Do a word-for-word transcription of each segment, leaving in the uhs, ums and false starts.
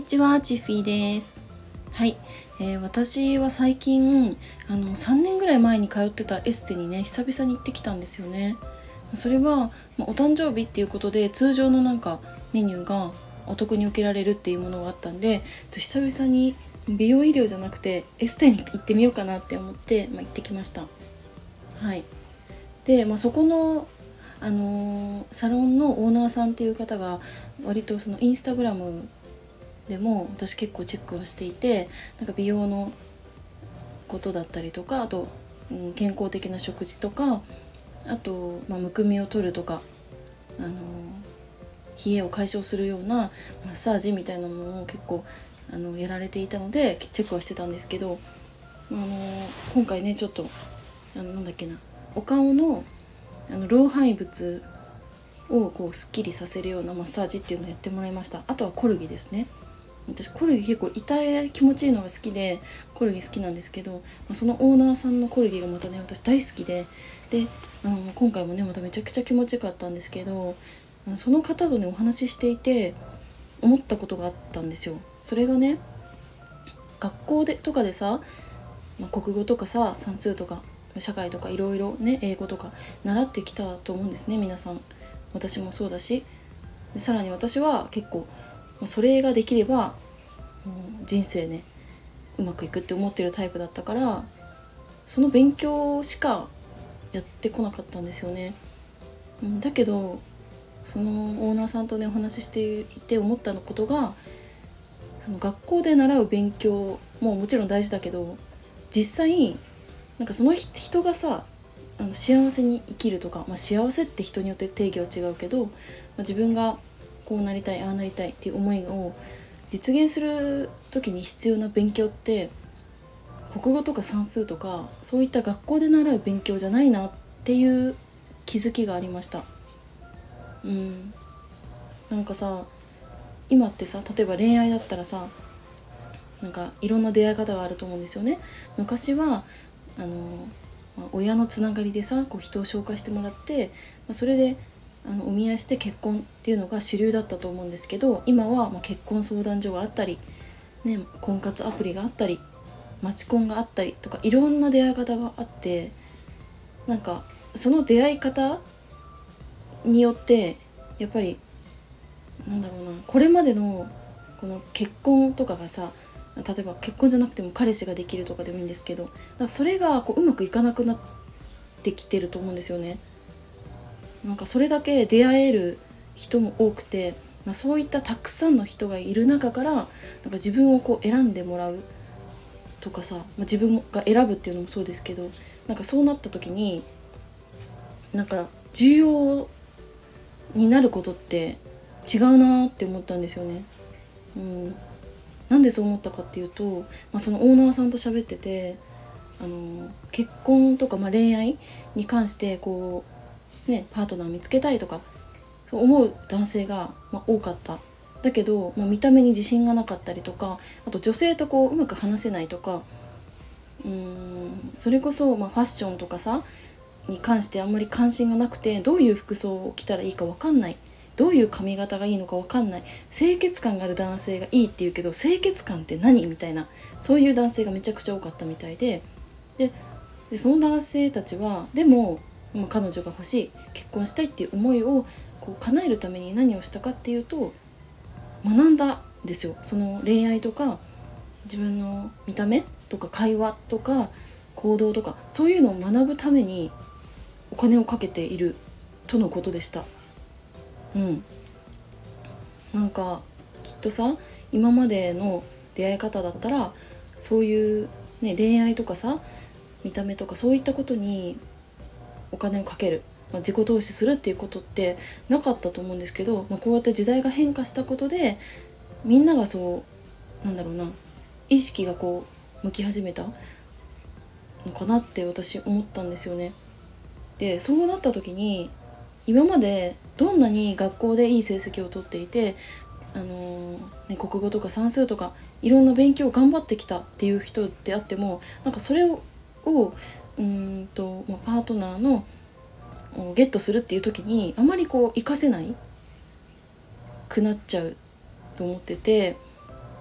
ちは、チッフィーです。はい、えー、私は最近あのさんねんぐらい前に通ってたエステにね久々に行ってきたんですよね。それは、まあ、お誕生日っていうことで通常のなんかメニューがお得に受けられるっていうものがあったんで、久々に美容医療じゃなくてエステに行ってみようかなって思って、まあ、行ってきました。はいで、まあ、そこのあのーサロンのオーナーさんっていう方が割とそのインスタグラムでも私結構チェックはしていて、なんか美容のことだったりとか、あと、うん、健康的な食事とか、あと、まあ、むくみを取るとか、あの冷えを解消するようなマッサージみたいなものを結構あのやられていたのでチェックはしてたんですけど、あの今回ねちょっとあのなんだっけなお顔のあの老廃物をこうすっきりさせるようなマッサージっていうのをやってもらいました。あとはコルギですね。私コルギ結構痛い気持ちいいのが好きでコルギ好きなんですけど、まあ、そのオーナーさんのコルギがまたね私大好きで、であの今回もねまためちゃくちゃ気持ちよかったんですけど、あのその方とねお話ししていて思ったことがあったんですよ。それがね、学校でとかでさ、まあ、国語とかさ算数とか社会とかいろいろね英語とか習ってきたと思うんですね、皆さん。私もそうだし、でさらに私は結構それができれば人生ねうまくいくって思ってるタイプだったから、その勉強しかやってこなかったんですよね。だけどそのオーナーさんとねお話ししていて思ったことが、その学校で習う勉強ももちろん大事だけど、実際なんかその人がさあの幸せに生きるとか、まあ、幸せって人によって定義は違うけど、まあ、自分がこうなりたいああなりたいっていう思いを実現する時に必要な勉強って国語とか算数とかそういった学校で習う勉強じゃないなっていう気づきがありました。うんなんかさ、今ってさ例えば恋愛だったらさ、なんかいろんな出会い方があると思うんですよね。昔はあの、まあ、親のつながりでさこう人を紹介してもらって、まあ、それであのお見合いして結婚っていうのが主流だったと思うんですけど、今はまあ結婚相談所があったり、ね、婚活アプリがあったりマチコンがあったりとかいろんな出会い方があって、なんかその出会い方によってやっぱりなんだろうな、これまでのこの結婚とかがさ、例えば結婚じゃなくても彼氏ができるとかでもいいんですけど、だからそれがこううまくいかなくなってきてると思うんですよね。なんかそれだけ出会える人も多くて、まあ、そういったたくさんの人がいる中からなんか自分をこう選んでもらうとかさ、まあ、自分が選ぶっていうのもそうですけど、なんかそうなった時になんか重要になることって違うなって思ったんですよね。うん、なんでそう思ったかっていうと、まあ、そのオーナーさんと喋ってて、あの結婚とか、まあ、恋愛に関してこう、ね、パートナー見つけたいとかそう思う男性が、まあ、多かった。だけど、まあ、見た目に自信がなかったりとか、あと女性とこううまく話せないとか、うーんそれこそ、まあ、ファッションとかさに関してあんまり関心がなくて、どういう服装を着たらいいか分かんない、どういう髪型がいいのか分かんない、清潔感がある男性がいいって言うけど清潔感って何みたいな、そういう男性がめちゃくちゃ多かったみたいで、ででその男性たちはでも、まあ、彼女が欲しい結婚したいっていう思いをこう叶えるために何をしたかっていうと、学んだんですよ。その恋愛とか自分の見た目とか会話とか行動とかそういうのを学ぶためにお金をかけているとのことでした。うんなんかきっとさ今までの出会い方だったらそういう、ね、恋愛とかさ見た目とかそういったことにお金をかける、まあ、自己投資するっていうことってなかったと思うんですけど、まあ、こうやって時代が変化したことでみんながそうなんだろうな意識がこう向き始めたのかなって私思ったんですよね。でそうなった時に今までどんなに学校でいい成績を取っていて、あのーね、国語とか算数とかいろんな勉強を頑張ってきたっていう人であっても、なんかそれををうーんと、まあ、パートナーのゲットするっていう時にあまりこう活かせないくなっちゃうと思ってて、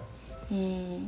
うん、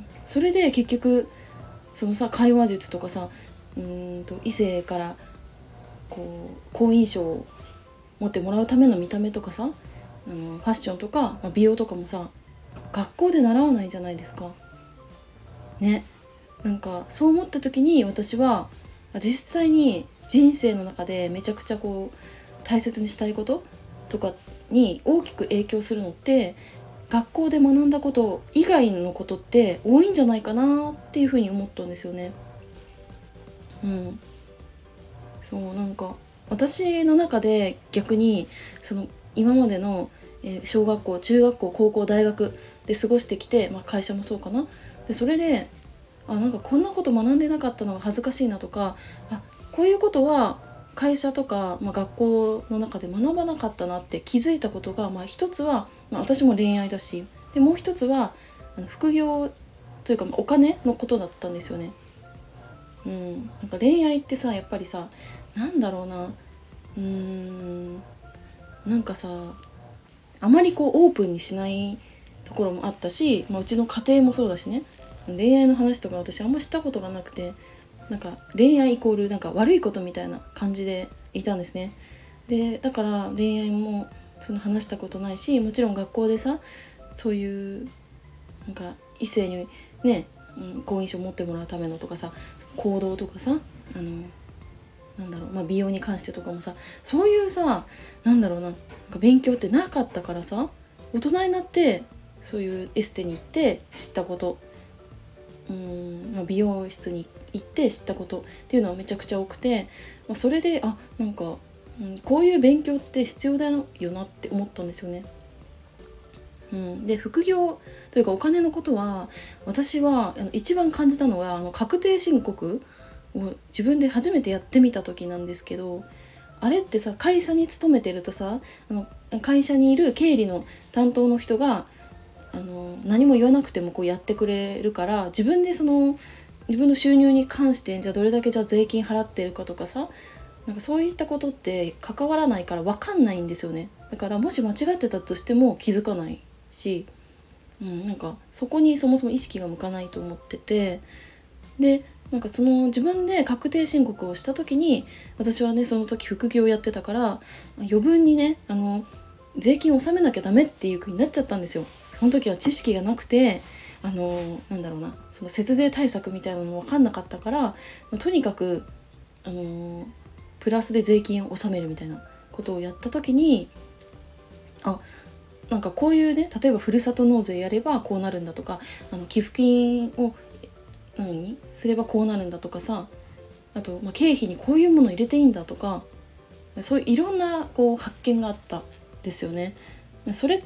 それで結局そのさ会話術とかさ、うーんと異性からこう好印象を持ってもらうための見た目とかさ、あのファッションとか、まあ、美容とかもさ学校で習わないじゃないですかね。なんかそう思った時に私は実際に人生の中でめちゃくちゃこう大切にしたいこととかに大きく影響するのって学校で学んだこと以外のことって多いんじゃないかなっていうふうに思ったんですよね。うん、そうなんか私の中で逆にその今までのえー小学校中学校高校大学で過ごしてきて、まあ、会社もそうかな。でそれであなんかこんなこと学んでなかったのが恥ずかしいなとか、あこういうことは会社とか、まあ、学校の中で学ばなかったなって気づいたことが、まあ、一つは、まあ、私も恋愛だし、でもう一つはあの副業というか、まあ、お金のことだったんですよね。うん、なんか恋愛ってさやっぱりさなんだろうな、うーんなんかさあまりこうオープンにしないところもあったし、まあ、うちの家庭もそうだしね、恋愛の話とか私あんましたことがなくて、なんか恋愛イコールなんか悪いことみたいな感じでいたんですね。でだから恋愛もその話したことないし、もちろん学校でさそういうなんか異性にね、うん、好印象を持ってもらうためのとかさ行動とかさ、あのなんだろう、まあ、美容に関してとかもさそういうさなんだろうな、なんか勉強ってなかったからさ、大人になってそういうエステに行って知ったこと、うーん、まあ、美容室に行って知ったことっていうのはめちゃくちゃ多くて、まあ、それであなんか、うん、こういう勉強って必要だよなって思ったんですよね。うん、で副業というかお金のことは私はあの一番感じたのがあの確定申告を自分で初めてやってみた時なんですけど、あれってさ会社に勤めてるとさあの会社にいる経理の担当の人があの何も言わなくてもこうやってくれるから、自分でその自分の収入に関してじゃあどれだけじゃあ税金払ってるかとかさ、なんかそういったことって関わらないから分かんないんですよね。だからもし間違ってたとしても気づかないし、うん、なんかそこにそもそも意識が向かないと思ってて、でなんかその自分で確定申告をした時に私はねその時副業やってたから余分にねあの税金を納めなきゃダメっていう風になっちゃったんですよ。その時は知識がなくてあのなんだろうなその節税対策みたいなのも分かんなかったから、まあ、とにかくあのプラスで税金を納めるみたいなことをやった時に、あなんかこういうね例えばふるさと納税やればこうなるんだとか、あの寄付金を何すればこうなるんだとかさ、あと、まあ、経費にこういうものを入れていいんだとか、そういういろんなこう発見があったんですよね。それって、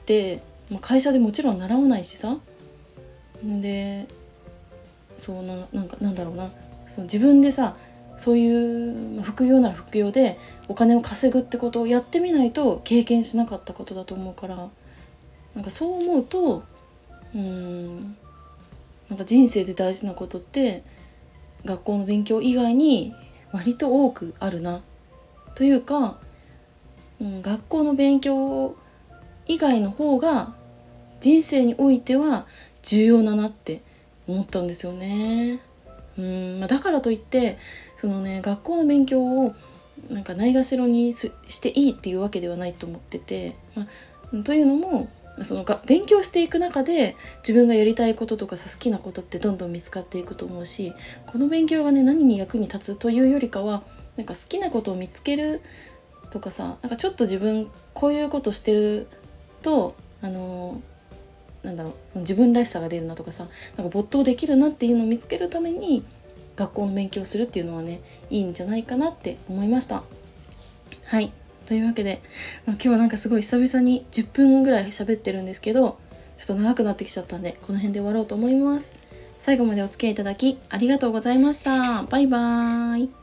まあ、会社でもちろん習わないしさ、でそうななんかなんだろうな、その自分でさそういう、まあ、副業なら副業でお金を稼ぐってことをやってみないと経験しなかったことだと思うから、なんかそう思うとうーんなんか人生で大事なことって学校の勉強以外に割と多くあるなというか、うん、学校の勉強以外の方が人生においては重要だなって思ったんですよね。うん、まあ、だからといってそのね学校の勉強をなんかないがしろにしていいっていうわけではないと思ってて、まあ、というのもそのが勉強していく中で自分がやりたいこととかさ好きなことってどんどん見つかっていくと思うし、この勉強がね何に役に立つというよりかはなんか好きなことを見つけるとかさ、なんかちょっと自分こういうことしてるとあのなんだろう自分らしさが出るなとかさ、なんか没頭できるなっていうのを見つけるために学校の勉強をするっていうのはねいいんじゃないかなって思いました。はい、というわけで、まあ、今日はなんかすごい久々にじゅっぷんぐらい喋ってるんですけど、ちょっと長くなってきちゃったんでこの辺で終わろうと思います。最後までお付き合いいただきありがとうございました。バイバーイ。